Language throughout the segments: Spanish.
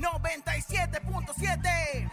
97.7.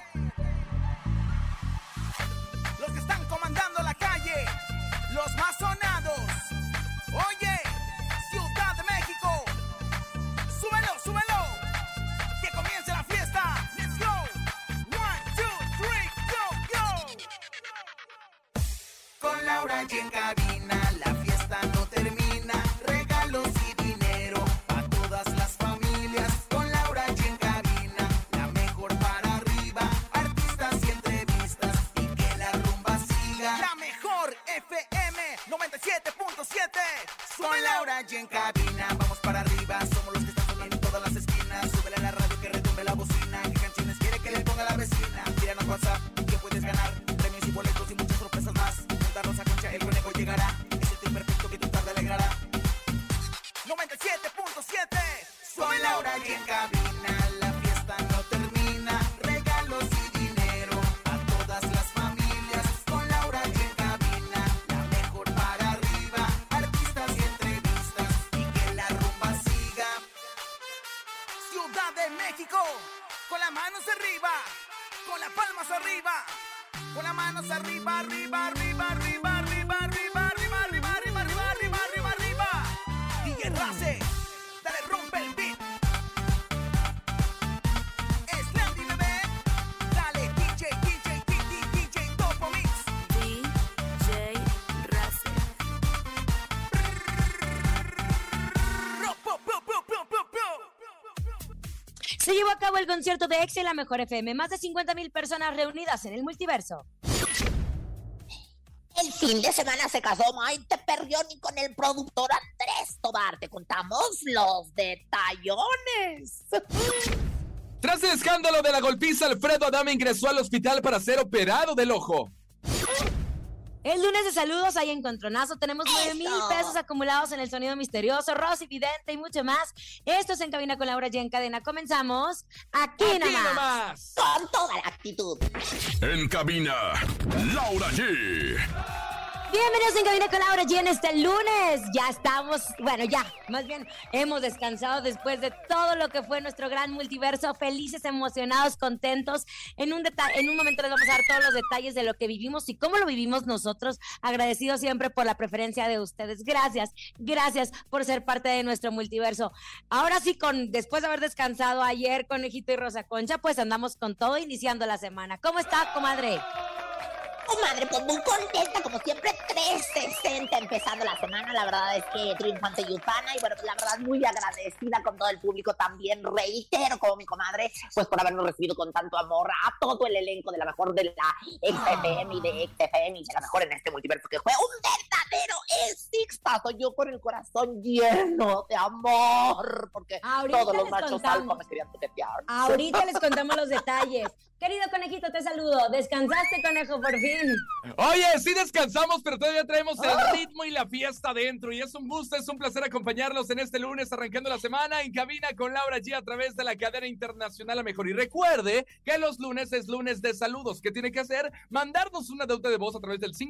Los que están comandando la calle, los más sonados. Oye, Ciudad de México, súbelo, súbelo, que comience la fiesta. Let's go. 1, 2, 3, go, go. Con Laura y en cabina, la fiesta no termina. Regalos y dinero a todas las familias. Con Laura y en cabina, la mejor para arriba. Artistas y entrevistas y que la rumba siga. La mejor FM 97.7. Con Laura y en cabina, vamos para arriba. Somos los que están sonando en todas las esquinas. Súbele a la radio que retumbe la bocina. ¿Qué canciones quiere que le ponga la vecina? Tíranos WhatsApp que puedes ganar premios y boletos y muchas sorpresas más. Juntarnos a Concha, el conejo llegará. Es el team perfecto que tu tarde alegrará. 97.7. Soy Laura y en cabina, la fiesta no termina. Regalos y dinero a todas las familias. Con Laura y en cabina, la mejor para arriba. Artistas y entrevistas y que la rumba siga. Ciudad de México, con las manos arriba, con las palmas arriba, con las manos arriba, arriba, arriba, arriba, arriba, arriba, arriba, arriba, arriba, arriba, arriba, arriba, arriba. DJ Race, dale, rompe el beat. Slandy bebé, dale DJ, DJ, DJ, DJ Topo Mix. DJ Race. Se llevó a cabo el concierto de EXA en la Mejor FM. Más de 50,000 personas reunidas en el multiverso. El fin de semana se casó Maite Perrioni con el productor Andrés Tobar. Te contamos los detallones. Tras el escándalo de la golpiza, Alfredo Adame ingresó al hospital para ser operado del ojo. El lunes de saludos hay encontronazo. Tenemos 9,000 pesos acumulados en el sonido misterioso, Rosy Vidente y mucho más. Esto es En Cabina con Laura G en Cadena. Comenzamos aquí nomás. Con toda la actitud. En Cabina, Laura G. Bienvenidos en Cabina con Laura G en este lunes. Ya estamos, bueno, ya, más bien hemos descansado después de todo lo que fue nuestro gran multiverso. Felices, emocionados, contentos. En un momento les vamos a dar todos los detalles de lo que vivimos y cómo lo vivimos nosotros. Agradecidos siempre por la preferencia de ustedes. Gracias, gracias por ser parte de nuestro multiverso. Ahora sí, después de haber descansado ayer, Conejito y Rosa Concha, pues andamos con todo iniciando la semana. ¿Cómo está, comadre? Comadre, pues muy contenta, como siempre, 360 empezando la semana. La verdad es que triunfante y ufana. Y bueno, pues la verdad muy agradecida con todo el público también. Reitero como mi comadre, pues por habernos recibido con tanto amor a todo el elenco de la mejor de la XFM y de XFM y de la mejor en este multiverso que fue un verdadero exitazo. Yo con el corazón lleno de amor, porque ahorita todos los machos alfa me querían toquetear. Ahorita les contamos los detalles. Querido Conejito, te saludo. ¿Descansaste, Conejo, por fin? Oye, sí descansamos, pero todavía traemos el ritmo y la fiesta dentro. Y es un gusto, es un placer acompañarlos en este lunes, arrancando la semana en Cabina con Laura G a través de la cadena internacional La Mejor. Y recuerde que los lunes es lunes de saludos. ¿Qué tiene que hacer? Mandarnos una nota de voz a través del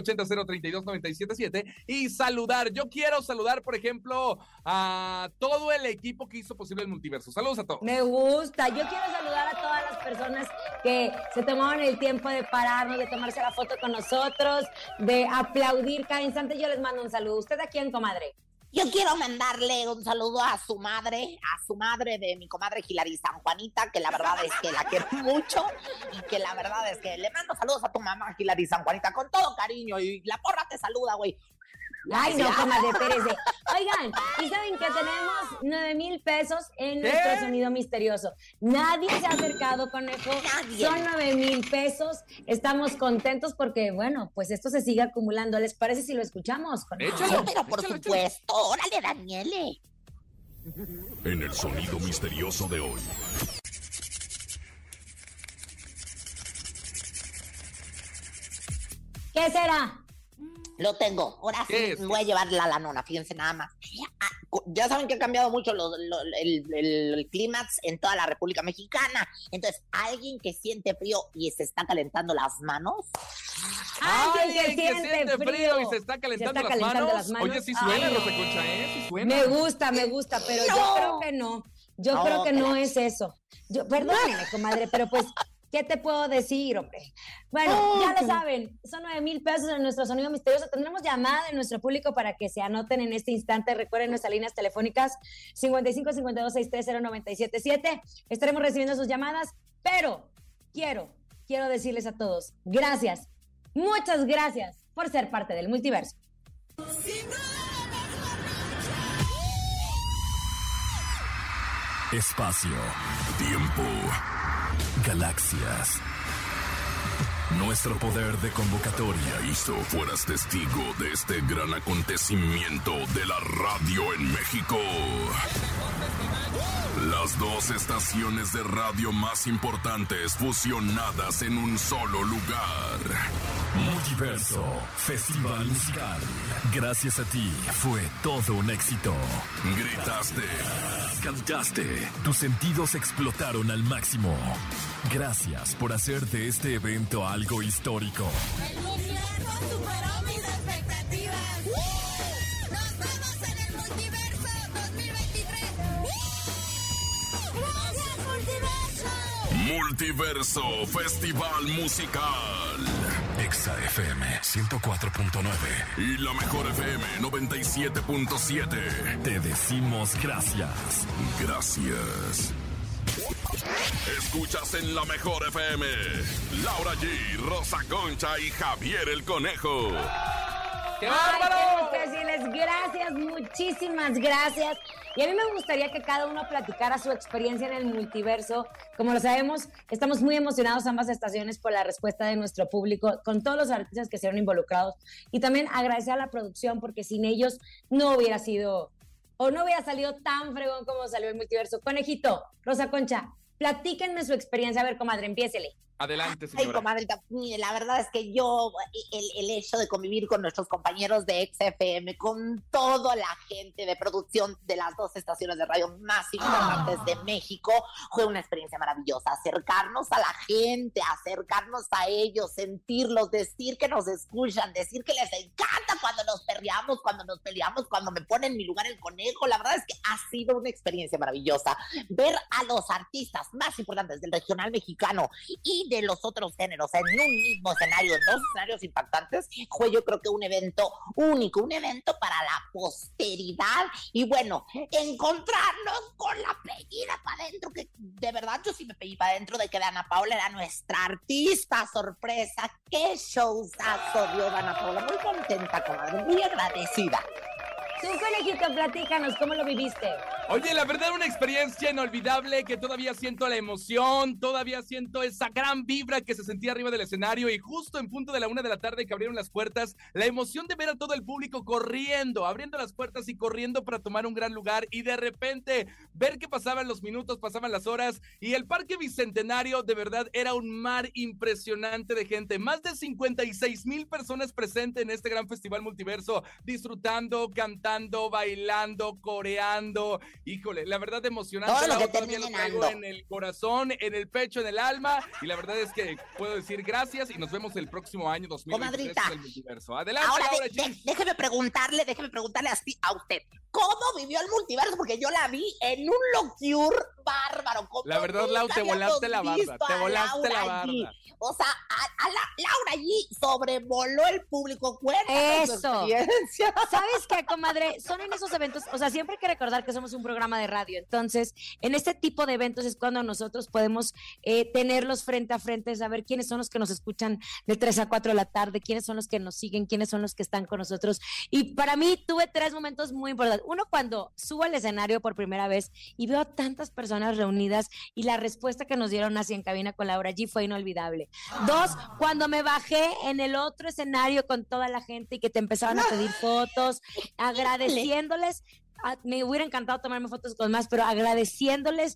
5580-032-977 y saludar. Yo quiero saludar, por ejemplo, a todo el equipo que hizo posible el multiverso. Saludos a todos. Me gusta. Yo quiero saludar a todas las personas que se tomaron el tiempo de pararnos, de tomarse la foto con nosotros, de aplaudir cada instante. Yo les mando un saludo. ¿Usted a quién, comadre? Yo quiero mandarle un saludo a su madre de mi comadre Hilary San Juanita, que la verdad es que la quiero mucho y que la verdad es que le mando saludos a tu mamá Hilary San Juanita con todo cariño y la porra te saluda, güey. Ay, no, comadre, espérese. Oigan, ¿y saben que tenemos 9,000 pesos en nuestro sonido misterioso? Nadie se ha acercado, Conejo. Nadie. Son 9,000 pesos. Estamos contentos porque, bueno, pues esto se sigue acumulando. ¿Les parece si lo escuchamos, Conejo? Sí, pero por supuesto. Órale, Daniele. En el sonido misterioso de hoy. ¿Qué será? Lo tengo. Ahora sí voy a llevar la nona, fíjense nada más. Ya saben que ha cambiado mucho el clímax en toda la República Mexicana. Entonces, alguien que siente frío y se está calentando las manos. Alguien que siente frío y se está calentando las manos. Oye, sí suena, Rosa Concha, sí suena. Me gusta, pero yo creo que no. Yo creo que no es eso. Perdóname, comadre, pero pues, ¿qué te puedo decir, hombre? Bueno, ya lo saben, son 9,000 pesos en nuestro sonido misterioso. Tendremos llamada de nuestro público para que se anoten en este instante. Recuerden nuestras líneas telefónicas 55 52 630 977. Estaremos recibiendo sus llamadas, pero quiero decirles a todos, gracias, muchas gracias por ser parte del multiverso. Espacio, tiempo, galaxias. Nuestro poder de convocatoria hizo fueras testigo de este gran acontecimiento de la radio en México. Las dos estaciones de radio más importantes fusionadas en un solo lugar. Multiverso, Festival Musical. Gracias a ti fue todo un éxito. Gritaste, cantaste, tus sentidos explotaron al máximo. Gracias por hacer de este evento algo histórico. El multiverso superó mis expectativas. Nos vemos en el multiverso 2023. Gracias, multiverso. Multiverso Festival Musical. Exa FM 104.9 y la mejor FM 97.7. Te decimos gracias. Gracias. Escuchas en la mejor FM Laura G, Rosa Concha y Javier el Conejo. ¡Qué Tenemos bárbaro! que decirles gracias, muchísimas gracias. Y a mí me gustaría que cada uno platicara su experiencia en el multiverso. Como lo sabemos, estamos muy emocionados ambas estaciones por la respuesta de nuestro público, con todos los artistas que se vieron involucrados. Y también agradecer a la producción, porque sin ellos no hubiera sido, o no hubiera salido tan fregón como salió el multiverso. Conejito, Rosa Concha, platíquenme su experiencia. A ver, comadre, empiécele. Adelante, señora. Ay, comadrita, mire, la verdad es que yo, el hecho de convivir con nuestros compañeros de XFM, con toda la gente de producción de las dos estaciones de radio más importantes de México, fue una experiencia maravillosa. Acercarnos a la gente, acercarnos a ellos, sentirlos, decir que nos escuchan, decir que les encanta cuando nos perreamos, cuando nos peleamos, cuando me pone en mi lugar el conejo. La verdad es que ha sido una experiencia maravillosa. Ver a los artistas más importantes del regional mexicano y de los otros géneros en un mismo escenario, en dos escenarios impactantes, fue yo creo que un evento único, un evento para la posteridad. Y bueno, encontrarnos con la pellida para adentro, que de verdad yo sí me pellí para adentro de que Dana Paola era nuestra artista sorpresa. ¡Qué showzazo dio Dana Paola! Muy contenta, comadre, muy agradecida. Tú, Conejito, platícanos, ¿cómo lo viviste? Oye, la verdad, una experiencia inolvidable, que todavía siento la emoción, todavía siento esa gran vibra que se sentía arriba del escenario, y justo en punto de la 1 de la tarde que abrieron las puertas, la emoción de ver a todo el público corriendo, abriendo las puertas y corriendo para tomar un gran lugar, y de repente ver que pasaban los minutos, pasaban las horas, y el Parque Bicentenario de verdad era un mar impresionante de gente. Más de 56,000 personas presentes en este gran festival multiverso, disfrutando, cantando, bailando, coreando. Híjole, la verdad emocionante. Todo lo que todavía lo traigo terminando en el corazón, en el pecho, en el alma, y la verdad es que puedo decir gracias y nos vemos el próximo año 2023 en el multiverso. Adelante, Ahora, Laura déjeme preguntarle a usted, ¿cómo vivió el multiverso? Porque yo la vi en un locure bárbaro. La verdad, Lau, te volaste la barda, te volaste la barda. O sea, Laura allí sobrevoló el público. Cuéntanos su Eso. experiencia. ¿Sabes qué, comadre? Son en esos eventos, o sea, siempre hay que recordar que somos un programa de radio, entonces, en este tipo de eventos es cuando nosotros podemos tenerlos frente a frente, saber quiénes son los que nos escuchan de 3 a 4 de la tarde, quiénes son los que nos siguen, quiénes son los que están con nosotros. Y para mí tuve 3 momentos muy importantes. Uno, cuando subo al escenario por primera vez y veo a tantas personas reunidas, y la respuesta que nos dieron así en cabina con Laura G fue inolvidable. 2, cuando me bajé en el otro escenario con toda la gente y que te empezaban a pedir fotos, agradeciéndoles. Me hubiera encantado tomarme fotos con más, pero agradeciéndoles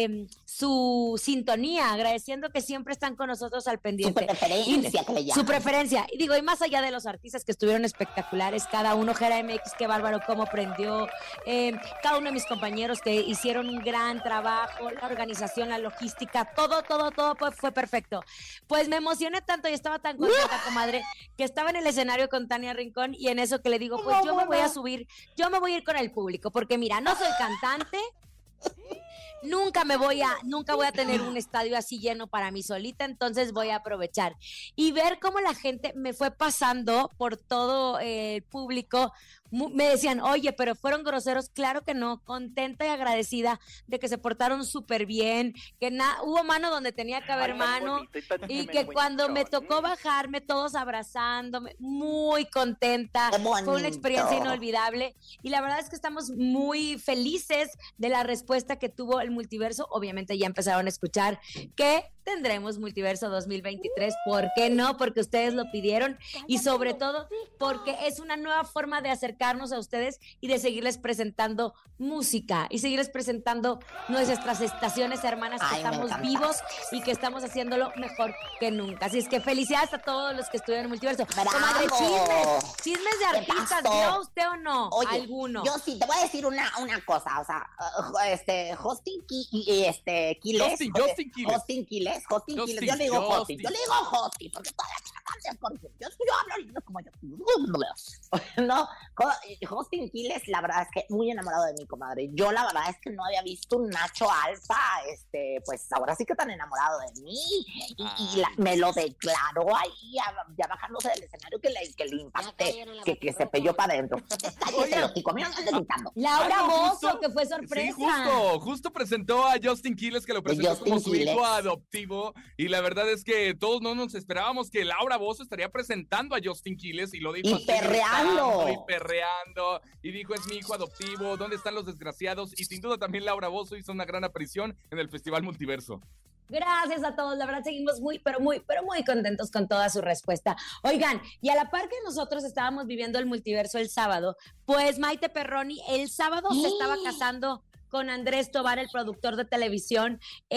su sintonía, agradeciendo que siempre están con nosotros al pendiente. Su preferencia, que le llaman. Su preferencia. Y digo, y más allá de los artistas que estuvieron espectaculares, cada uno, Jera MX, qué bárbaro, cómo prendió, cada uno de mis compañeros que hicieron un gran trabajo, la organización, la logística, todo fue perfecto. Pues me emocioné tanto y estaba tan contenta, comadre, que estaba en el escenario con Tania Rincón, y en eso que le digo, pues yo me voy a subir, yo me voy a ir con el público, porque mira, no soy cantante, nunca voy a tener un estadio así lleno para mí solita, entonces voy a aprovechar. Y ver cómo la gente me fue pasando por todo el público, me decían, oye, pero fueron groseros, claro que no, contenta y agradecida de que se portaron súper bien, que hubo mano donde tenía que haber mano, y que cuando me tocó bajarme, todos abrazándome, muy contenta, fue una experiencia inolvidable, y la verdad es que estamos muy felices de la respuesta que tuvo el multiverso. Obviamente ya empezaron a escuchar que tendremos Multiverso 2023, ¿por qué no? Porque ustedes lo pidieron y sobre todo porque es una nueva forma de acercarnos a ustedes y de seguirles presentando música y seguirles presentando nuestras estaciones hermanas que estamos vivos y que estamos haciéndolo mejor que nunca. Así es que felicidades a todos los que estuvieron en Multiverso. Comadre, chismes de artistas, ¿vio usted o no? Oye, alguno. Yo sí, te voy a decir una cosa, o sea, Justin Quiles. Yo le digo Justin, porque todavía me cambias con yo hablo como yo. No, Justin Quiles, la verdad es que muy enamorado de mi comadre. Yo la verdad es que no había visto un macho alfa, pues ahora sí que tan enamorado de mí. Y me lo declaró ahí, ya bajándose del escenario que le impacté, que se pelló para adentro. Laura Bozzo, que fue sorpresa. Sí, justo presentó a Justin Quiles, que lo presentó como su hijo adoptivo, y la verdad es que todos no nos esperábamos que Laura Bozzo estaría presentando a Justin Quiles, y lo dijo y perreando, y dijo, es mi hijo adoptivo, ¿dónde están los desgraciados? Y sin duda también Laura Bozzo hizo una gran aparición en el Festival Multiverso. Gracias a todos, la verdad seguimos muy contentos con toda su respuesta. Oigan, y a la par que nosotros estábamos viviendo el multiverso el sábado, pues Maite Perroni el sábado se estaba casando con Andrés Tobar, el productor de televisión,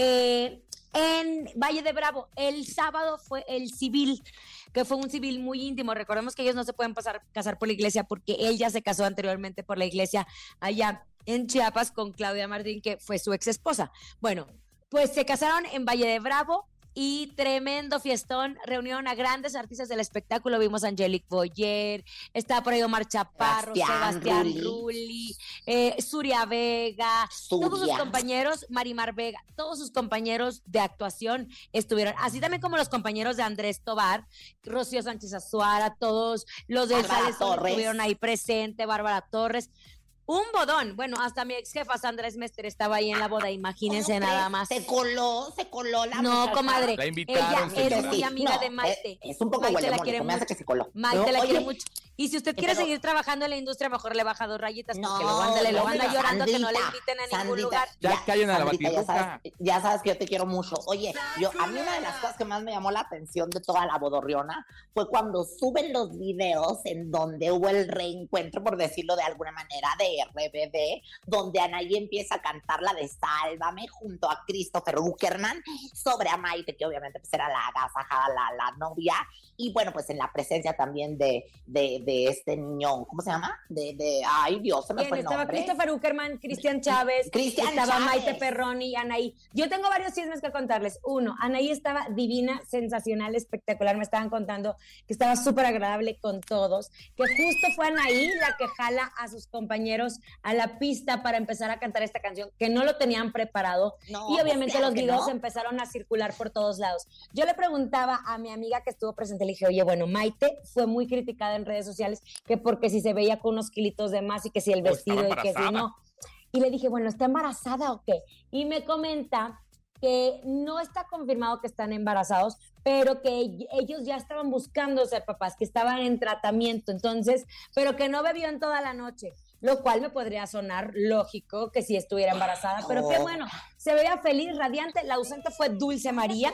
en Valle de Bravo. El sábado fue el civil, que fue un civil muy íntimo. Recordemos que ellos no se pueden casar por la iglesia porque él ya se casó anteriormente por la iglesia allá en Chiapas con Claudia Martín, que fue su ex esposa. Bueno, pues se casaron en Valle de Bravo y tremendo fiestón. Reunieron a grandes artistas del espectáculo. Vimos a Angelique Boyer, estaba por ahí Omar Chaparro, Sebastián Rulli, Suria Vega, todos sus compañeros, Marimar Vega, todos sus compañeros de actuación estuvieron, así también como los compañeros de Andrés Tobar, Rocío Sánchez Azuara, todos los de Salesón estuvieron ahí presente, Bárbara Torres. Un bodón. Bueno, hasta mi ex jefa Sandra Esmester estaba ahí en la boda, imagínense nada más. Se coló la No, muchacha. Comadre. La invitaron. Ella es muy amiga de Maite. Es un poco Maite la quiere me hace mucho. que se coló. Maite la quiere mucho. Y si usted quiere seguir trabajando en la industria, mejor le baja 2 rayitas, porque lo anda llorando que no le inviten a ningún lugar. Ya callen a la batiduca. Ya sabes que yo te quiero mucho. Oye, a mí una de las cosas que más me llamó la atención de toda la bodorriona fue cuando suben los videos en donde hubo el reencuentro, por decirlo de alguna manera, de RBD, donde Anaí empieza a cantar la de Sálvame junto a Christopher Uckerman sobre a Maite, que obviamente pues era la agasajada, la novia, y bueno, pues en la presencia también de este niño, ¿cómo se llama? Ay Dios, se me fue el nombre. Estaba Christopher Uckerman, Cristian Chávez, estaba Maite Perroni y Anaí. Yo tengo varios chismes que contarles. Uno, Anaí estaba divina, sensacional, espectacular. Me estaban contando que estaba súper agradable con todos, que justo fue Anaí la que jala a sus compañeros a la pista para empezar a cantar esta canción, que no lo tenían preparado, y obviamente los videos empezaron a circular por todos lados. Yo le preguntaba a mi amiga que estuvo presente, le dije, oye, bueno, Maite fue muy criticada en redes sociales, que porque si se veía con unos kilitos de más y que si el vestido y que si no. Y le dije, bueno, ¿está embarazada o qué? Y me comenta que no está confirmado que están embarazados, pero que ellos ya estaban buscando ser papás, que estaban en tratamiento, entonces, pero que no bebió en toda la noche, lo cual me podría sonar lógico que si estuviera embarazada, pero que bueno, se veía feliz, radiante. La ausente fue Dulce María,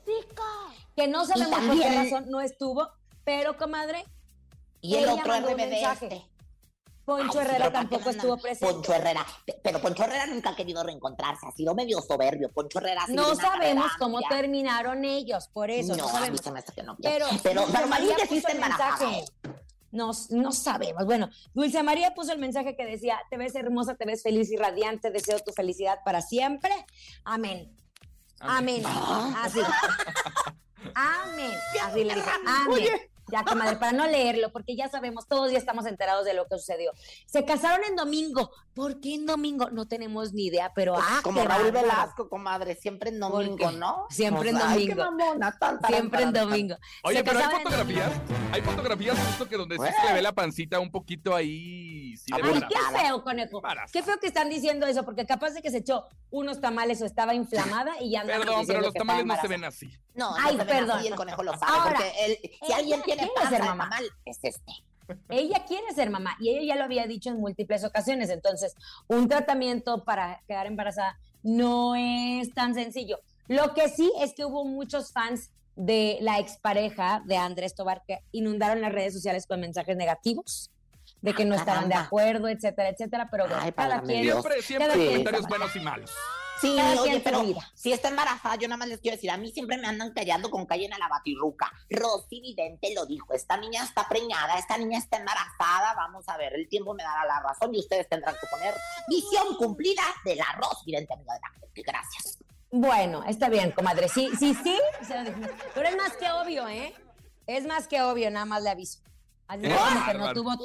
que no sabemos por qué razón no estuvo, pero comadre, y el otro RBD Poncho Herrera tampoco estuvo presente. Pero Poncho Herrera nunca ha querido reencontrarse, ha sido medio soberbio. Poncho Herrera no sabemos cómo terminaron ellos, por eso no sabemos. A mí se me hace que no. Pero María que sí está embarazada. No sabemos. Bueno, Dulce María puso el mensaje que decía, te ves hermosa, te ves feliz y radiante, deseo tu felicidad para siempre. Amén. Así. Amén. Así le dije. Amén. Oye, Ya, comadre, para no leerlo, porque ya sabemos, todos ya estamos enterados de lo que sucedió. Se casaron en domingo. ¿Por qué en domingo? No tenemos ni idea, pero Como qué Raúl bárbaro. Velasco, comadre, siempre en domingo, ¿no? Siempre en Ay, domingo. qué mamona, Siempre en domingo. Oye, Se pero hay casaban en fotografías. domingo. Hay fotografías justo que donde sí se le ve la pancita un poquito ahí. Sí, de Ay, verdad. qué feo, conejo. Paras. Qué feo que están diciendo eso, porque capaz de que se echó unos tamales o estaba inflamada y ya andan Perdón, pero diciendo los que tamales está no se embarazada. ven así. No, Ay, no se ven perdón. así, el conejo lo sabe, Ahora, porque si alguien tiene quiere panza ser de mamá. tamal, es este. Ella quiere ser mamá y ella ya lo había dicho en múltiples ocasiones. Entonces, un tratamiento para quedar embarazada no es tan sencillo. Lo que sí es que hubo muchos fans de la expareja de Andrés Tobar que inundaron las redes sociales con mensajes negativos de que no estaban de caramba. acuerdo, etcétera, etcétera. Pero bueno, Ay, cada válgame quien. Dios. Siempre Cada hay quien comentarios sabrá. buenos y malos. Sí, Cada oye, quien pero su vida. si está embarazada, yo nada más les quiero decir, a mí siempre me andan callando con callen a la batirruca. Rosy Vidente lo dijo, esta niña está preñada, esta niña está embarazada, vamos a ver, el tiempo me dará la razón y ustedes tendrán que poner visión cumplida de la Rosy Vidente, amiga de la gente. Gracias. Bueno, está bien, comadre. Sí. se lo dijimos. Pero es más que obvio, ¿eh? Es más que obvio, nada más le aviso. Así que como que no bárbaro. tuvo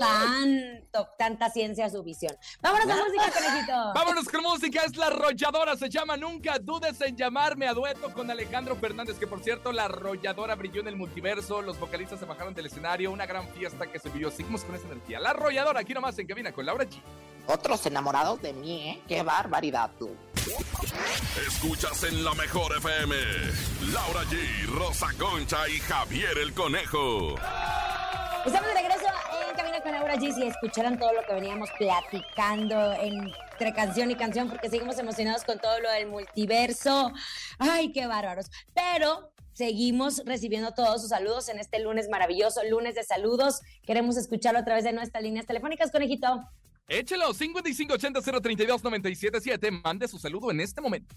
tanta ciencia su visión. Vámonos a música, conejito. Vámonos con música, es La Arrolladora, se llama Nunca dudes en llamarme, a dueto con Alejandro Fernández, que por cierto, La Arrolladora brilló en el multiverso, los vocalistas se bajaron del escenario, una gran fiesta que se vivió, seguimos con esa energía. La Arrolladora, aquí nomás en cabina con Laura G. Otros enamorados de mí, ¿eh? Qué barbaridad, tú. Escuchas en la mejor FM. Laura G, Rosa Concha y Javier el Conejo. Estamos de regreso en Cabina con Laura G. Si escucharon todo lo que veníamos platicando entre canción y canción, porque seguimos emocionados con todo lo del multiverso. ¡Ay, qué bárbaros! Pero seguimos recibiendo todos sus saludos en este lunes maravilloso, lunes de saludos. Queremos escucharlo a través de nuestras líneas telefónicas, conejito. Échelo, 5580-032-977, mande su saludo en este momento.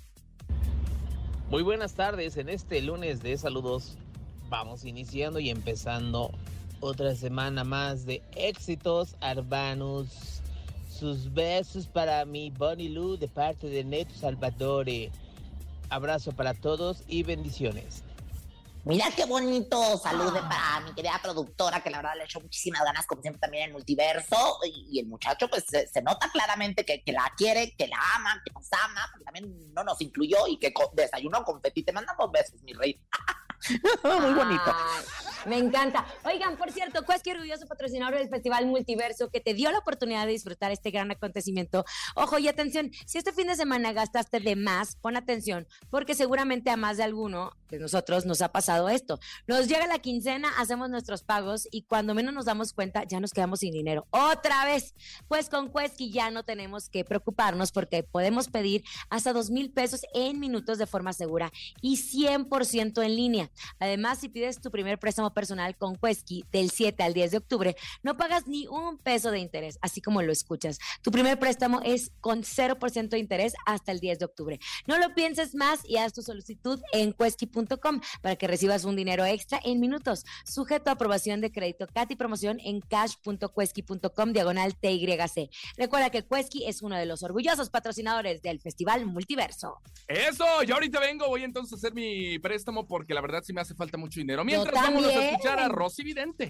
Muy buenas tardes, en este lunes de saludos vamos iniciando y empezando otra semana más de éxitos urbanos. Sus besos para mi Bonnie Lou de parte de Neto Salvatore. Abrazo para todos y bendiciones. Mira qué bonito salude para mi querida productora, que la verdad le echó muchísimas ganas, como siempre, también en Multiverso. Y el muchacho, pues, se nota claramente que la quiere, que la ama, que nos ama, porque también no nos incluyó y que desayunó con Peti. Te mandamos besos, mi rey. Muy bonito. Ay, me encanta. Oigan, por cierto, Quesky, orgulloso patrocinador del Festival Multiverso, que te dio la oportunidad de disfrutar este gran acontecimiento. Ojo y atención, si este fin de semana gastaste de más, pon atención, porque seguramente a más de alguno de nosotros nos ha pasado esto. Nos llega la quincena, hacemos nuestros pagos y cuando menos nos damos cuenta ya nos quedamos sin dinero. ¡Otra vez! Pues con Quesky ya no tenemos que preocuparnos porque podemos pedir hasta 2,000 pesos en minutos de forma segura y 100% en línea. Además, si pides tu primer préstamo personal con Quesky del 7 al 10 de octubre, no pagas ni un peso de interés, así como lo escuchas. Tu primer préstamo es con 0% de interés hasta el 10 de octubre. No lo pienses más y haz tu solicitud en quesky.com para que recibas un dinero extra en minutos, sujeto a aprobación de crédito CAT y promoción en cash.quesky.com/TYC. Recuerda que Quesky es uno de los orgullosos patrocinadores del Festival Multiverso. Eso, yo ahorita vengo, voy entonces a hacer mi préstamo porque la verdad sí me hace falta mucho dinero. Mientras también. vamos a escuchar a Rosy Vidente.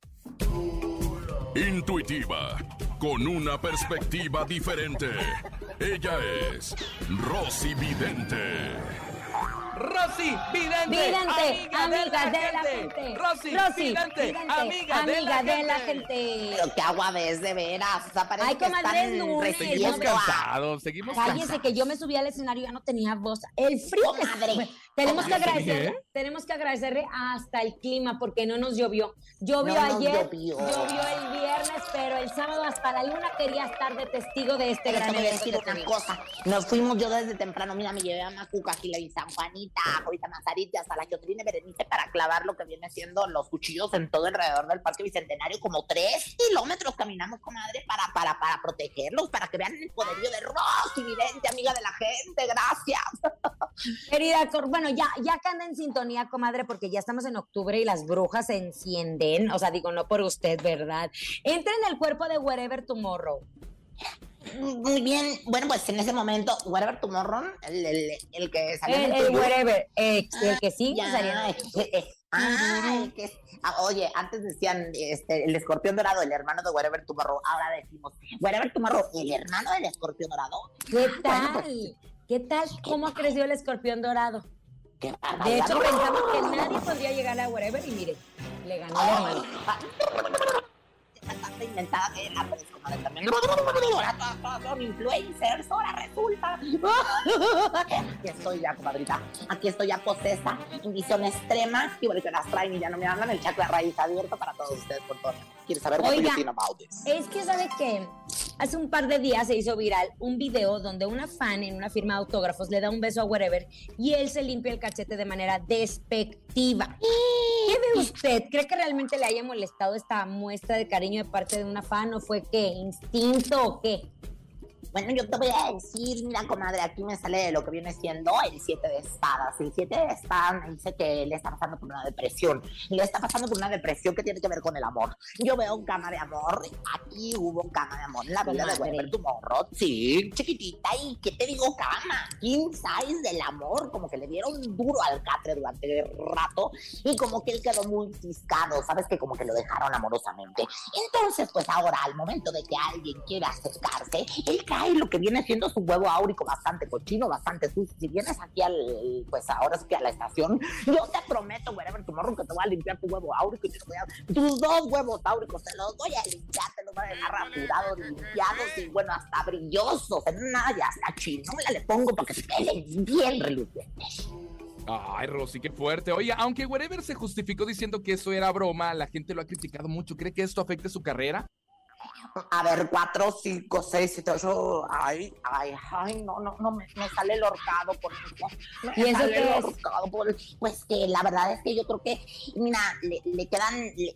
Intuitiva, con una perspectiva diferente. Ella es Rosy Vidente. Rosy Vidente, amiga de la gente. Rosy Vidente, amiga de la gente. Pero qué aguadez, de veras. O sea, parece Ay, que comadre, es están lunes, Seguimos recibiendo a... cansados, seguimos Cállese cansados. que yo me subí al escenario y ya no tenía voz. El frío que Comadre. tenemos que Comadre, agradecerle, ¿eh? tenemos que agradecerle hasta el clima porque no nos llovió. Llovió No nos ayer, llovió. llovió el viernes, pero el sábado hasta la luna quería estar de testigo de este Pero gran te voy a evento decir que una tuvimos. cosa. Nos fuimos yo desde temprano. Mira, me llevé a Macuca, Gila y San Juanita, ahorita Nazarit, y hasta la Quiotrina Berenice para clavar lo que viene siendo los cuchillos en todo alrededor del Parque Bicentenario. Como 3 kilómetros caminamos, comadre, para protegerlos, para que vean el poderío de Rosy Vidente, amiga de la gente. Gracias. Querida, bueno, ya que anda en sintonía, comadre, porque ya estamos en octubre y las brujas se encienden. O sea, digo, no por usted, ¿verdad? Entra en el cuerpo de Wherever Tomorrow. Muy bien. Bueno, pues en ese momento, Whatever Tomorrow, el que salió en El YouTube. Wherever, el que sí Ya, salía. Ay, oye, antes decían el escorpión dorado, el hermano de Wherever Tomorrow. Ahora decimos, Wherever Tomorrow, el hermano del escorpión dorado. ¿Qué tal? Bueno, pues, ¿Qué tal? ¿Cómo creció el escorpión dorado? qué De barbaridad. hecho, pensamos que nadie podría llegar a Wherever y mire, le ganó el hermano. Tanta inventada que era, pero es como de también. Ahora todas son influencers, ahora resulta. Aquí estoy ya, comadrita. Aquí estoy ya posesa, en visión extrema. Y bueno, que las traen y ya no me hablan. El chakra raíz abierto para todos ustedes por todo. ¿Quieres saber what Oiga, you think about this? es que ¿sabe qué? Hace un par de días se hizo viral un video donde una fan en una firma de autógrafos le da un beso a Wherever y él se limpia el cachete de manera despectiva. ¿Qué ve usted? ¿Cree que realmente le haya molestado esta muestra de cariño de parte de una fan o fue qué? ¿Instinto o qué? Bueno, yo te voy a decir, mira, comadre, aquí me sale lo que viene siendo el 7 de espadas. El 7 de espadas me dice que le está pasando por una depresión. Le está pasando por una depresión que tiene que ver con el amor. Yo veo un cama de amor. Aquí hubo un cama de amor en la vida de Wherever Tomorrow. Sí, chiquitita. ¿Y qué te digo, cama? King size del amor. Como que le dieron duro al catre durante el rato. Y como que él quedó muy ciscado. ¿Sabes? Que como que lo dejaron amorosamente. Entonces, pues ahora, al momento de que alguien quiera acercarse, él cae lo que viene siendo su huevo áurico bastante cochino, bastante sucio. Si vienes aquí pues ahora sí que a la estación, yo te prometo, Wherever Tomorrow, que te voy a limpiar tu huevo áurico y te voy a, tus 2 huevos áuricos te los voy a limpiar, te los voy a dejar rasurados, limpiados y bueno, hasta brillosos. En nada, ya hasta chinola le pongo para que se queden bien relucientes. Ay, Rosy, qué fuerte. Oye, aunque Wherever se justificó diciendo que eso era broma, la gente lo ha criticado mucho. ¿Cree que esto afecte su carrera? A ver, 4, 5, 6, 7, 8. Ay, no me sale el horcado por eso. ¿Y eso sale qué el es? horcado pues que la verdad es que yo creo que, mira, le quedan,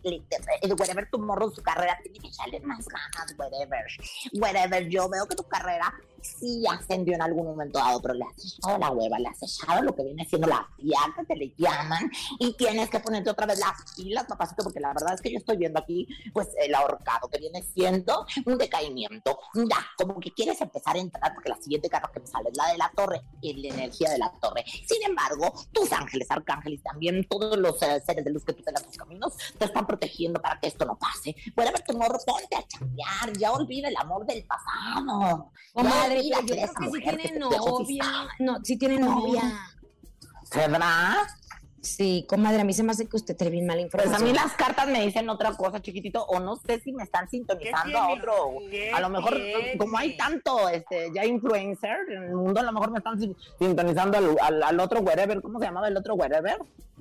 el Wherever Tomorrow, su carrera tiene que echarle más ganas, Wherever, yo veo que tu carrera sí ascendió en algún momento dado, pero le has echado la hueva, le has echado lo que viene siendo la fiaca, que le llaman, y tienes que ponerte otra vez las pilas, papacito, porque la verdad es que yo estoy viendo aquí, pues, el ahorcado, que viene siendo un decaimiento. Ya, como que quieres empezar a entrar, porque la siguiente carta que me sale es la de la torre, y la energía de la torre. Sin embargo, tus ángeles, arcángeles, también todos los seres de luz que tú tengas en tus caminos, te están protegiendo para que esto no pase. Wherever Tomorrow, ponte a chambear, ya olvida el amor del pasado. Comadre, Ya pero yo olvida creo que sí mujer tiene te dejó novia. ciscada. No, sí tiene novia. ¿Verdad? Sí, comadre, a mí se me hace que usted tiene bien mala Pues información. a mí las cartas me dicen otra cosa, chiquitito, o no sé si me están sintonizando a otro. A lo mejor, como hay tanto ya influencer en el mundo, a lo mejor me están sintonizando al otro Wherever. ¿Cómo se llamaba el otro Wherever?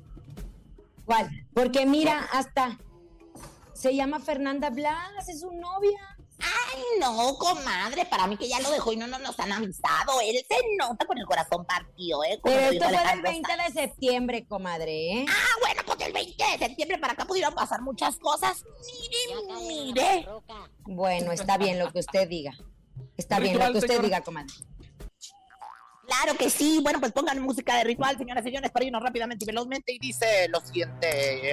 ¿Cuál? Porque mira, hasta se llama Fernanda Blas, es su novia. Ay, no, comadre, para mí que ya lo dejó y no nos han avisado. Él se nota con el corazón partido, ¿eh? Como Pero dijo esto fue del Alejandro 20 Sanz. de septiembre, comadre, ¿eh? Ah, bueno, pues del 20 de septiembre para acá pudieron pasar muchas cosas. Mire. Bueno, está bien lo que usted diga. Está bien lo Ritual, que usted señor. diga, comadre. Claro que sí. Bueno, pues pongan música de ritual, señoras y señores, para irnos rápidamente y velozmente. Y dice lo siguiente.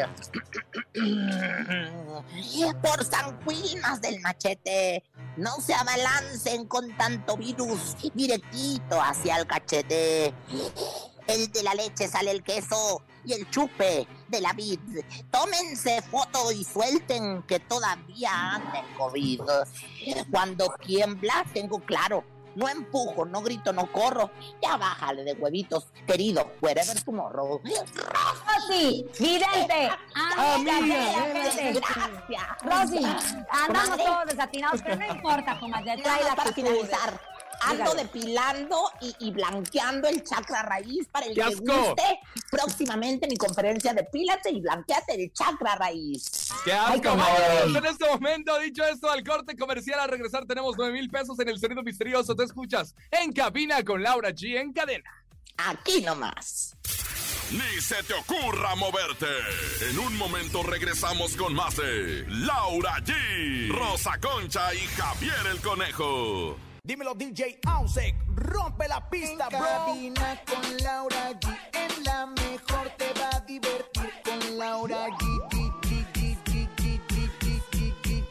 Por San Quilmas del Machete, no se abalancen con tanto virus directito hacia el cachete. El de la leche sale el queso y el chupe de la vid. Tómense foto y suelten que todavía anda el COVID. Cuando tiembla, tengo claro. No empujo, no grito, no corro. Ya bájale de huevitos, querido. Wherever Tomorrow. Rosy, vidente. Gracias. Rosy, andamos Comadre. todos desatinados, pero no importa, comadre. Nada Trae más la para actitud. finalizar. Ando Dígalo. depilando y blanqueando el chakra raíz para el ¡Qué que asco! guste. Próximamente mi conferencia de Depílate y blanqueate el chakra raíz. ¡Qué Ay, asco! comadre. Vámonos en este momento. Dicho esto, al corte comercial, al regresar tenemos 9,000 pesos en el sonido misterioso. Te escuchas en cabina con Laura G en cadena. Aquí nomás. Ni se te ocurra moverte. En un momento regresamos con más de Laura G, Rosa Concha y Javier el Conejo. Dímelo DJ Ausek, rompe la pista, En bro. cabina con Laura G. En la mejor te va a divertir con Laura G.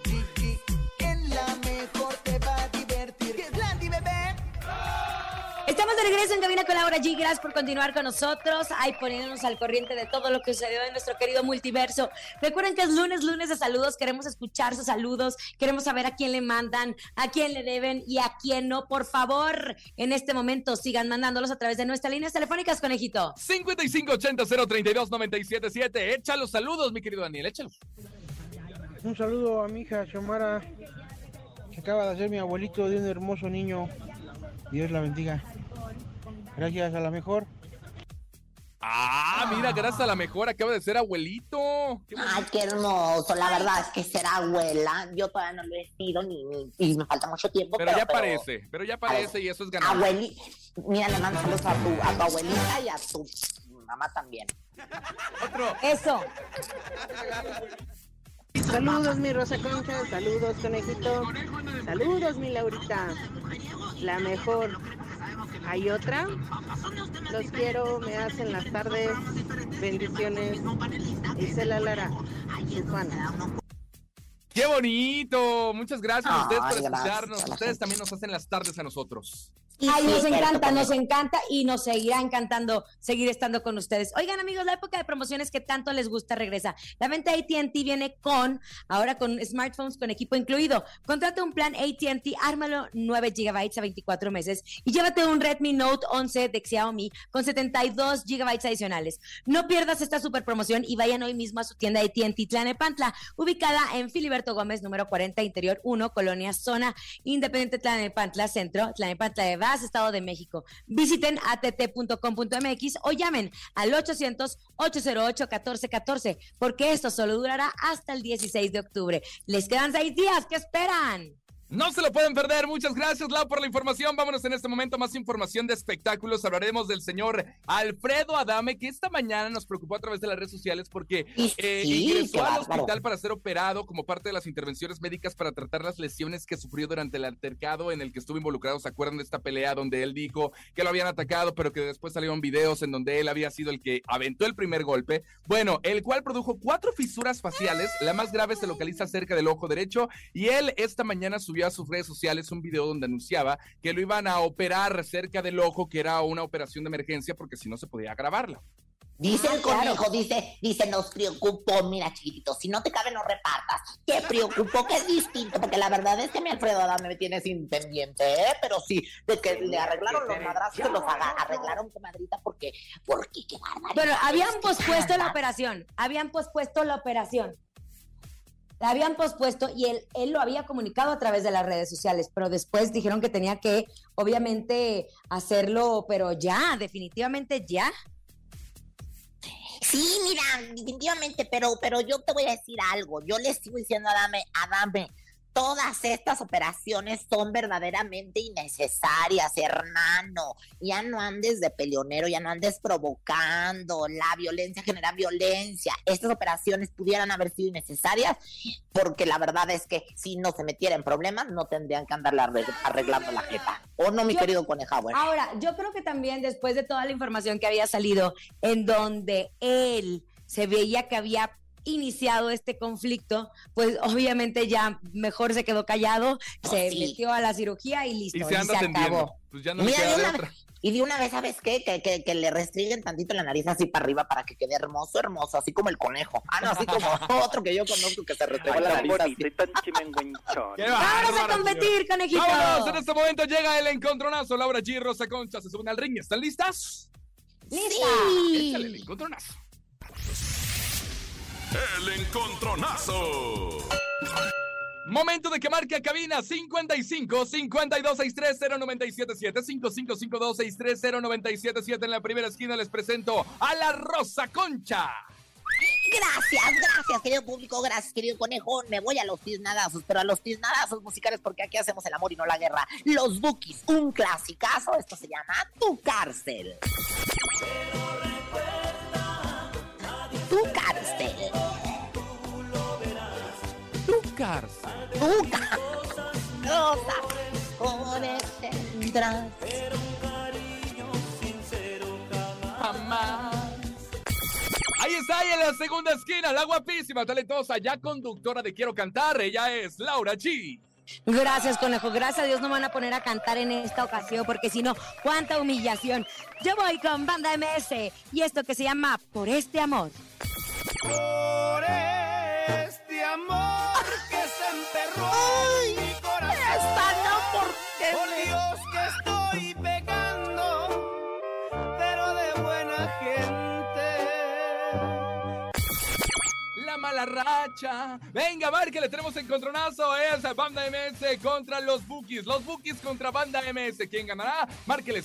En la mejor te va a divertir. ¿Qué es Landy, bebé? Estamos de regreso en Cabina con Laura G. Gracias por continuar con nosotros. Ahí poniéndonos al corriente de todo lo que sucedió en nuestro querido multiverso. Recuerden que es lunes de saludos. Queremos escuchar sus saludos. Queremos saber a quién le mandan, a quién le deben y a quién no. Por favor, en este momento sigan mandándolos a través de nuestras líneas telefónicas, conejito. 5580-032-977. Echa los saludos, mi querido Daniel. Échalos. Un saludo a mi hija Xiomara, que acaba de ser mi abuelito de un hermoso niño. Dios la bendiga. Gracias a la mejor. Ah, mira, gracias a la mejor acaba de ser abuelito. Ay, qué hermoso. La verdad es que ser abuela, yo todavía no lo he sido y me falta mucho tiempo. Pero ya parece y eso es ganar. Mira, le mando saludos a tu abuelita y a tu mamá también. Otro. Eso. Saludos, mi Rosa Concha, saludos, conejito, saludos, mi Laurita, la mejor. ¿Hay otra? Los quiero, me hacen las tardes, bendiciones. Isela Lara, su fan. ¡Qué bonito! Muchas gracias a ustedes por Gracias, escucharnos. Ustedes también nos hacen las tardes a nosotros. Ay, nos encanta y nos seguirá encantando seguir estando con ustedes. Oigan, amigos, la época de promociones que tanto les gusta regresa. La venta AT&T viene ahora con smartphones con equipo incluido. Contrata un plan AT&T, ármalo 9 GB a 24 meses y llévate un Redmi Note 11 de Xiaomi con 72 GB adicionales. No pierdas esta super promoción y vayan hoy mismo a su tienda AT&T Tlalnepantla, ubicada en Filiberto Gómez, número 40, Interior 1, Colonia Zona Independiente Tlalnepantla Centro, Tlalnepantla de Estado de México. Visiten att.com.mx o llamen al 800-808-1414 porque esto solo durará hasta el 16 de octubre. Les quedan 6 días, ¿qué esperan? No se lo pueden perder. Muchas gracias, Lau, por la información. Vámonos en este momento a más información de espectáculos. Hablaremos del señor Alfredo Adame, que esta mañana nos preocupó a través de las redes sociales porque ingresó al hospital para ser operado como parte de las intervenciones médicas para tratar las lesiones que sufrió durante el altercado en el que estuvo involucrado. ¿Se acuerdan de esta pelea donde él dijo que lo habían atacado, pero que después salieron videos en donde él había sido el que aventó el primer golpe? Bueno, el cual produjo 4 fisuras faciales. La más grave se localiza cerca del ojo derecho y él esta mañana subió a sus redes sociales un video donde anunciaba que lo iban a operar cerca del ojo, que era una operación de emergencia porque si no se podía agravarla. Dice el conejo, dice, nos preocupó, mira chiquitito, si no te cabe no repartas. Te preocupó, que es distinto, porque la verdad es que mi Alfredo Adame me tiene sin pendiente, pero sí, de que le arreglaron los madrazos, que los arreglaron, comadrita, porque qué barbaridad. Bueno, habían pospuesto la operación. La habían pospuesto y él lo había comunicado a través de las redes sociales, pero después dijeron que tenía que, obviamente, hacerlo, pero ya, definitivamente ya. Sí, mira, definitivamente, pero yo te voy a decir algo. Yo le sigo diciendo a Adame, todas estas operaciones son verdaderamente innecesarias, hermano. Ya no andes de peleonero, ya no andes provocando. La violencia genera violencia. Estas operaciones pudieran haber sido innecesarias porque la verdad es que si no se metiera en problemas no tendrían que andarle arreglando la jeta. ¿O no, mi querido Coneja? Bueno. Ahora, yo creo que también después de toda la información que había salido en donde él se veía que había iniciado este conflicto, pues obviamente ya mejor se quedó callado, metió a la cirugía y listo, y se acabó. Pues ya no le queda de otra. Y de una vez, ¿sabes qué? Que le restringen tantito la nariz así para arriba para que quede hermoso, así como el conejo. No, así como otro que yo conozco que se restregó la nariz así. ¡Vamos a competir, conejito! ¡Vámonos! En este momento llega el encontronazo. Laura G, Rosa Concha se suben al ring. ¿Están listas? ¡Lista! Échale el encontronazo. El encontronazo. Momento de que marque a cabina 55-5263-0977 55-5263-0977. En la primera esquina les presento a la Rosa Concha. Gracias, querido público, gracias, querido conejo. Me voy a los tiznadazos, pero a los tiznadazos musicales porque aquí hacemos el amor y no la guerra. Los Bukis, un clasicazo, esto se llama Tu Cárcel. Tu cárcel. Tu cárcel. Tu cárcel. Tendrás. Jamás. Ahí está, ahí en la segunda esquina, la guapísima, talentosa, ya conductora de Quiero Cantar. Ella es Laura G. Gracias, conejo. Gracias a Dios no me van a poner a cantar en esta ocasión, porque si no, cuánta humillación. Yo voy con Banda MS y esto que se llama Por este amor. Por este amor que se enterró en mi corazón. Esta no, ¿por qué? Por Dios que estoy pecando, pero de buena gente. La mala racha. Venga, márquele, tenemos encontronazo. Es Banda MS contra los Bukis. Los Bukis contra Banda MS. ¿Quién ganará? Márquele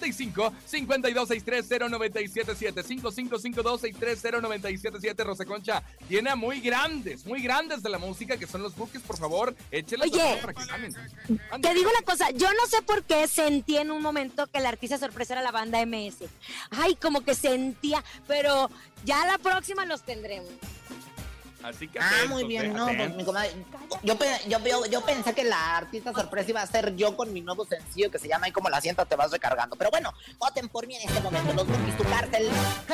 55-52630977. 55-52630977. Rosa Concha tiene a muy grandes de la música, que son los Bukis. Por favor, échenles. Oye, para que ganen. te digo una cosa, yo no sé por qué sentí en un momento que la artista sorpresa era la Banda MS. Ay, como que sentía, pero ya la próxima los tendremos. Así que Muy bien, no, pues mi comadre, yo pensé que la artista sorpresa iba a ser yo con mi nuevo sencillo que se llama Ahí como la sientas te vas recargando. Pero bueno, voten por mí en este momento. Los Bukis, tu cárcel.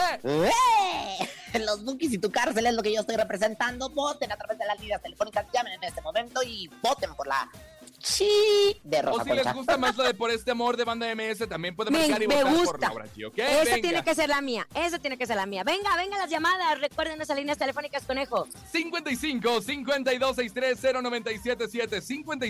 Los Bukis y tu cárcel es lo que yo estoy representando. Voten a través de las líneas telefónicas, llamen en este momento y voten por la de Rosa O si Concha. les gusta más la de Por este amor de Banda MS, también pueden marcar y votar por Laura G, ¿ok? Esa Venga. tiene que ser la mía. Esa tiene que ser la mía. Venga las llamadas. Recuerden nuestras líneas telefónicas, conejo. 55-52630977.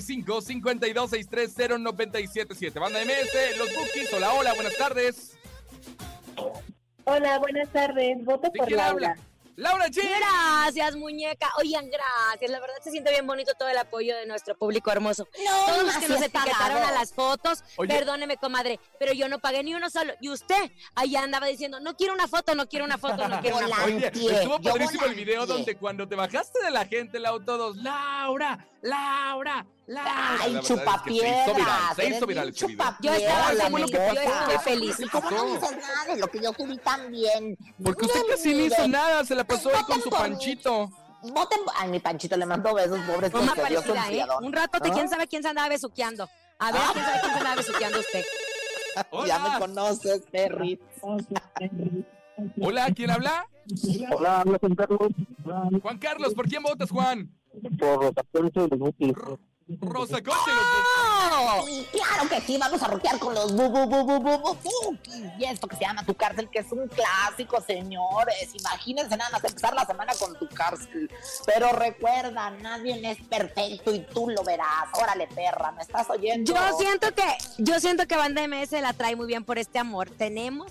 55-52630977. Banda MS, los Bukis. Hola, buenas tardes. Hola, buenas tardes. Voto ¿De por quién Laura. habla? ¡Laura G! Gracias, muñeca. Oigan, gracias. La verdad se siente bien bonito todo el apoyo de nuestro público hermoso. Todos los que nos etiquetaron a las fotos, Oye. perdóneme, comadre, pero yo no pagué ni uno solo. Y usted ahí andaba diciendo, no quiero una foto, no quiero una foto, no quiero una foto. Oye, estuvo yo padrísimo el video volanteé. donde cuando te bajaste de la gente, Lau, todos, Laura. Ay, La verdad es que chupapiedras. se hizo viral ese video. Yo estaba la muy feliz. ¿Y cómo no dices nada de lo que yo subí también? Porque usted casi no hizo nada, se la pasó ahí con su Panchito. Voten. Ay, mi Panchito le mando besos, pobres. Una porque Dios parecida, ¿eh? enfriador. Un ratote, quién sabe quién se andaba besuqueando. A ver, quién sabe quién se andaba besuqueando usted. Ya me conoces, Perry. Hola, ¿quién habla? Hola, habla Juan Carlos. Juan Carlos, ¿por quién votas, Juan? Por Rosa Concha de los Bukis. Rosa Concha y los Bukis. Y claro que sí, vamos a rockear con los Bukis. Y esto que se llama Tu Cárcel, que es un clásico, señores. Imagínense nada más empezar la semana con Tu Cárcel. Pero recuerda, nadie es perfecto y tú lo verás. Órale, perra, ¿me estás oyendo? Yo siento que Banda MS la trae muy bien por este amor. Tenemos.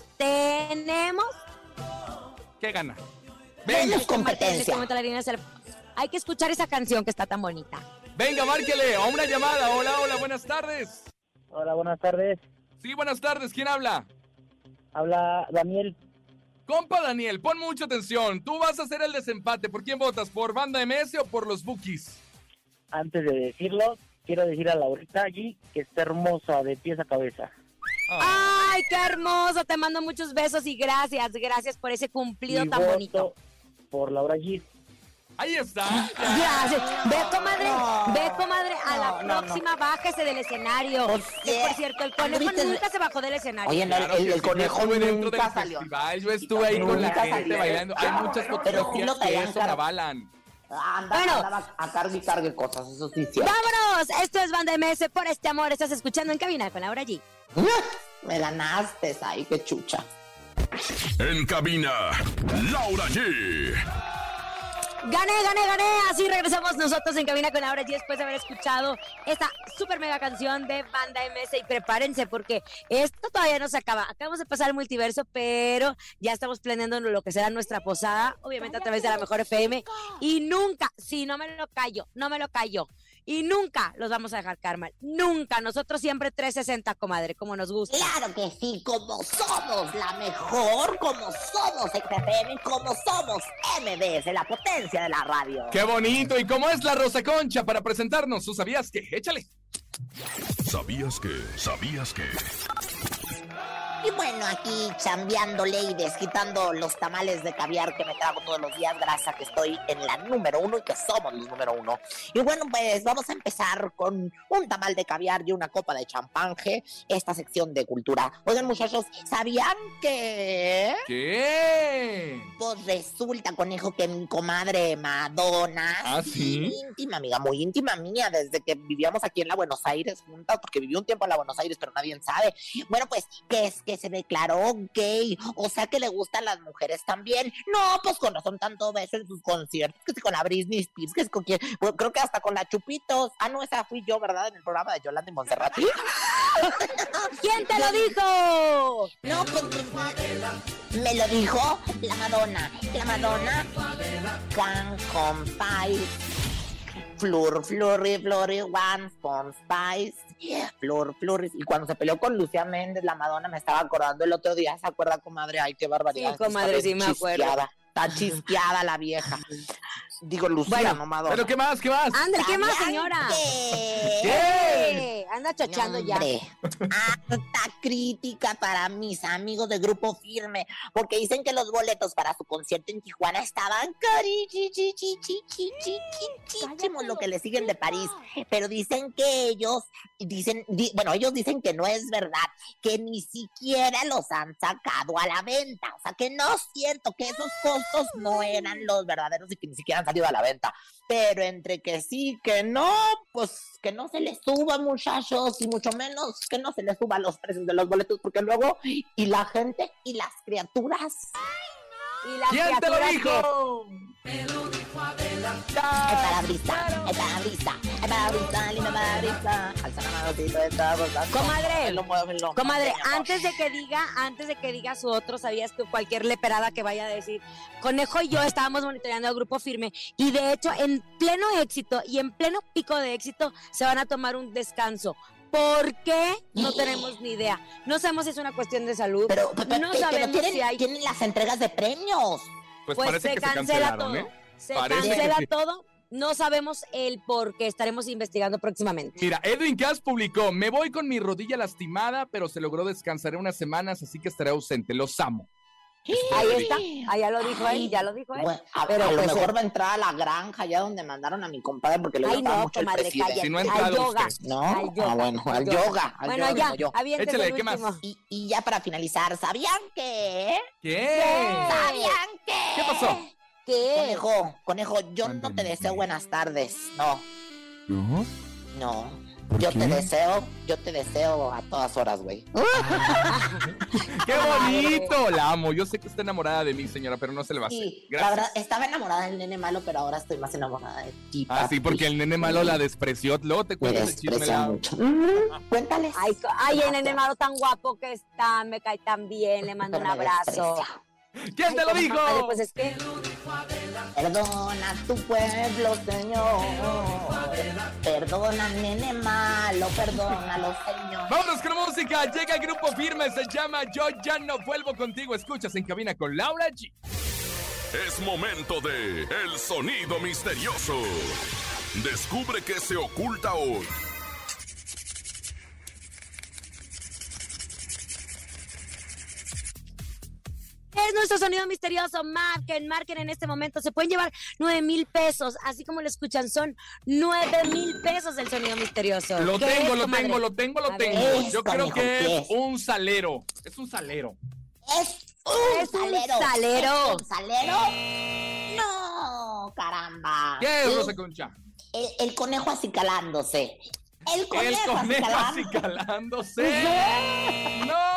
¿Qué gana? Venga, Este competencia. Hay que escuchar esa canción que está tan bonita. Venga, márquele a una llamada. Hola, buenas tardes. Hola, buenas tardes. Sí, buenas tardes. ¿Quién habla? Habla Daniel. Compa Daniel, pon mucha atención. Tú vas a hacer el desempate. ¿Por quién votas? ¿Por Banda MS o por los Bukis? Antes de decirlo, quiero decir a Laurita allí que está hermosa de pies a cabeza. ¡Ay, qué hermoso! Te mando muchos besos y gracias por ese cumplido Y tan voto bonito. por Laura G. Ahí está. Gracias. Ve, comadre, a la próxima bájese del escenario. Que, por cierto, el conejo nunca se bajó del escenario. Oye, Claro que el sí, conejo yo estuve dentro nunca del salió. festival. Yo estuve ahí con la Nunca gente salió. bailando. Hay muchas Pero sí fotografías lo que traían eso me avalan. Andaba a cargue cosas, eso sí, sí. ¡Vámonos! Esto es Banda MS por este amor. Estás escuchando En Cabina con Laura G. Me ganaste, ay, qué chucha. En cabina, Laura G. ¡Gané! Así regresamos nosotros en Cabina con Laura G después de haber escuchado esta super mega canción de Banda MS. Y prepárense porque esto todavía no se acaba. Acabamos de pasar el multiverso, pero ya estamos planeando lo que será nuestra posada, obviamente a través de la Mejor FM. Y nunca, sí, no me lo callo. Y nunca los vamos a dejar caer mal. Nunca. Nosotros siempre 360, comadre, como nos gusta. Claro que sí, como somos la mejor, como somos XFM, como somos MBS, la potencia de la radio. ¡Qué bonito! ¿Y cómo es la Rosa Concha para presentarnos? ¿Tú sabías qué? Échale. ¿Sabías que? Y bueno, aquí chambeándole y desquitando los tamales de caviar que me trago todos los días, gracias a que estoy en la número 1 y que somos los número 1. Y bueno, pues vamos a empezar con un tamal de caviar y una copa de champanje, esta sección de cultura. Oigan, muchachos, ¿sabían que...? ¿Qué? Pues resulta, conejo, que mi comadre Madonna... ¿Ah, sí? Íntima amiga, muy íntima mía, desde que vivíamos aquí en la Buenos Aires juntas, porque vivió un tiempo en la Buenos Aires, pero nadie sabe. Bueno, pues, que es que se declaró gay, o sea que le gustan las mujeres también. No, pues con razón tanto beso en sus conciertos, que si con la Britney Spears, que es con quien, bueno, creo que hasta con la Chupitos. Ah, no, esa fui yo, ¿verdad? En el programa de Yolanda y Montserrat. ¿Quién te lo dijo? No, pues me lo dijo la Madonna. La Madonna can compile flurry, one spawn spice, flurry. Y cuando se peleó con Lucía Méndez, la Madonna, me estaba acordando el otro día, ¿se acuerda, comadre? Ay, qué barbaridad. Sí, comadre, sí me acuerdo. Está chisqueada la vieja. Digo, Lucía, bueno, no Madonna. ¿Pero qué más? ¿Qué más? Ándale, ¿qué más, señora? ¿Qué? Anda chochando ya. Harta crítica para mis amigos de Grupo Firme, porque dicen que los boletos para su concierto en Tijuana estaban carísimos, lo que le siguen de París. Pero dicen que ellos dicen que no es verdad, que ni siquiera los han sacado a la venta. O sea, que no es cierto, que esos costos no eran los verdaderos y que ni siquiera han salido a la venta. Pero entre que sí, que no, pues que no se les suba, muchachos, y mucho menos que no se les suban los precios de los boletos, porque luego, y la gente y las criaturas. ¿Y las ¿Quién te lo dijo? El parabrisa, linda parabrisa. Alza la manotito de todos. Comadre, antes de que diga su otro, ¿sabías que cualquier leperada que vaya a decir, Conejo y yo estábamos monitoreando al Grupo Firme, y de hecho en pleno éxito y en pleno pico de éxito se van a tomar un descanso? ¿Por qué? No tenemos ni idea. No sabemos si es una cuestión de salud. Pero no sabemos si hay... tienen las entregas de premios. Pues parece se que cancela todo. Se cancela sí. todo. No sabemos el por qué. Estaremos investigando próximamente. Mira, Edwin Cass publicó: me voy con mi rodilla lastimada, pero se logró descansar unas semanas, así que estaré ausente. Los amo. Ahí está, ya lo dijo él, Bueno, pero a lo pues, mejor va a entrar a la granja, allá donde mandaron a mi compadre, porque le gustaba mucho comadre, el presidente. Si no ha al entrado yoga. usted. ¿No? Al yoga. Bueno, al yoga. Bueno, ya, aviéntese Échale, el ¿qué más? último. Y ya para finalizar, ¿sabían qué? ¿Qué? ¿Sabían qué? ¿Qué pasó? ¿Qué? Conejo, yo no te deseo buenas tardes, no. ¿No? No. Yo te deseo a todas horas, güey. ¡Qué bonito! La amo. Yo sé que está enamorada de mí, señora, pero no se le va a hacer. Sí, Gracias. la verdad, estaba enamorada del nene malo, pero ahora estoy más enamorada de ti, Ah, sí, porque el nene malo la despreció. Luego te me cuento el chisme. desprecia mucho. Cuéntales. Ay, el nene malo tan guapo que está, me cae tan bien, le mando un Pero me abrazo. desprecia. ¿Quién te lo dijo? Comadre, pues es que... Perdona a tu pueblo, Señor. Perdona, nene malo, perdónalo, Señor. Vámonos con música. Llega el Grupo Firme, se llama Yo Ya No Vuelvo Contigo. Escuchas En Cabina con Laura G. Es momento de El Sonido Misterioso. Descubre qué se oculta hoy. Es nuestro sonido misterioso. Marquen en este momento. Se pueden llevar 9,000 pesos. Así como lo escuchan, son 9,000 pesos el sonido misterioso. Lo ¿Qué tengo. es, comadre? A ver. Yo creo que es un salero. Es un salero. ¿Es un salero? No, caramba. ¿Qué es, Rosa Concha? El conejo acicalándose. El conejo acicalándose. ¡No!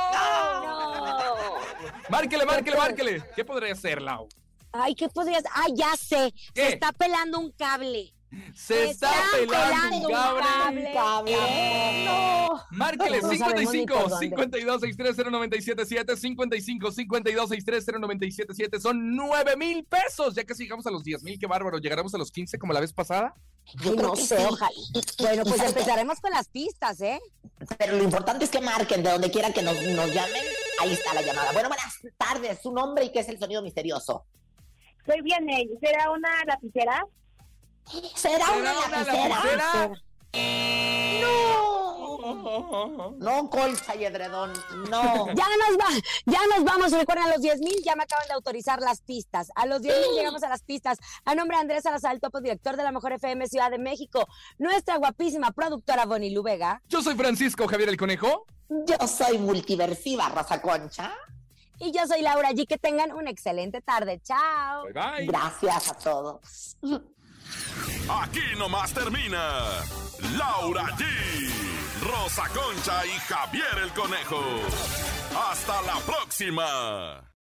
Márquele. ¿Qué podría ser, Lau? Ay, ¿qué podrías? Ay, ya sé. ¿Qué? Se está pelando un cable. Se está pelando un cable. No. Márquele No sabemos ni 55 por dónde. 52 630 977 55 52 630 977. Son 9,000 pesos. Ya casi llegamos a los 10,000. Qué bárbaro. ¿Llegaremos a los 15 como la vez pasada? Yo creo No que sé, sí. ojalá. Bueno, pues empezaremos con las pistas, ¿eh? Pero lo importante es que marquen de donde quiera que nos llamen. Ahí está la llamada. Bueno, buenas tardes. Su nombre y qué es el sonido misterioso. Soy Vianey. ¿Será una lapicera? ¿Será una lapicera? No. No, colcha y edredón, no. Ya nos vamos. Recuerden, a los 10,000 ya me acaban de autorizar las pistas. A los 10,000 llegamos a las pistas. A nombre de Andrés Salazar, el topo director de la Mejor FM Ciudad de México. Nuestra guapísima productora Bonnie Lu Vega. Yo soy Francisco Javier el Conejo. Yo soy multiversiva, Rosa Concha. Y yo soy Laura G. Que tengan una excelente tarde. Chao. Bye, bye. Gracias a todos. Aquí nomás termina Laura G, Rosa Concha y Javier el Conejo. Hasta la próxima.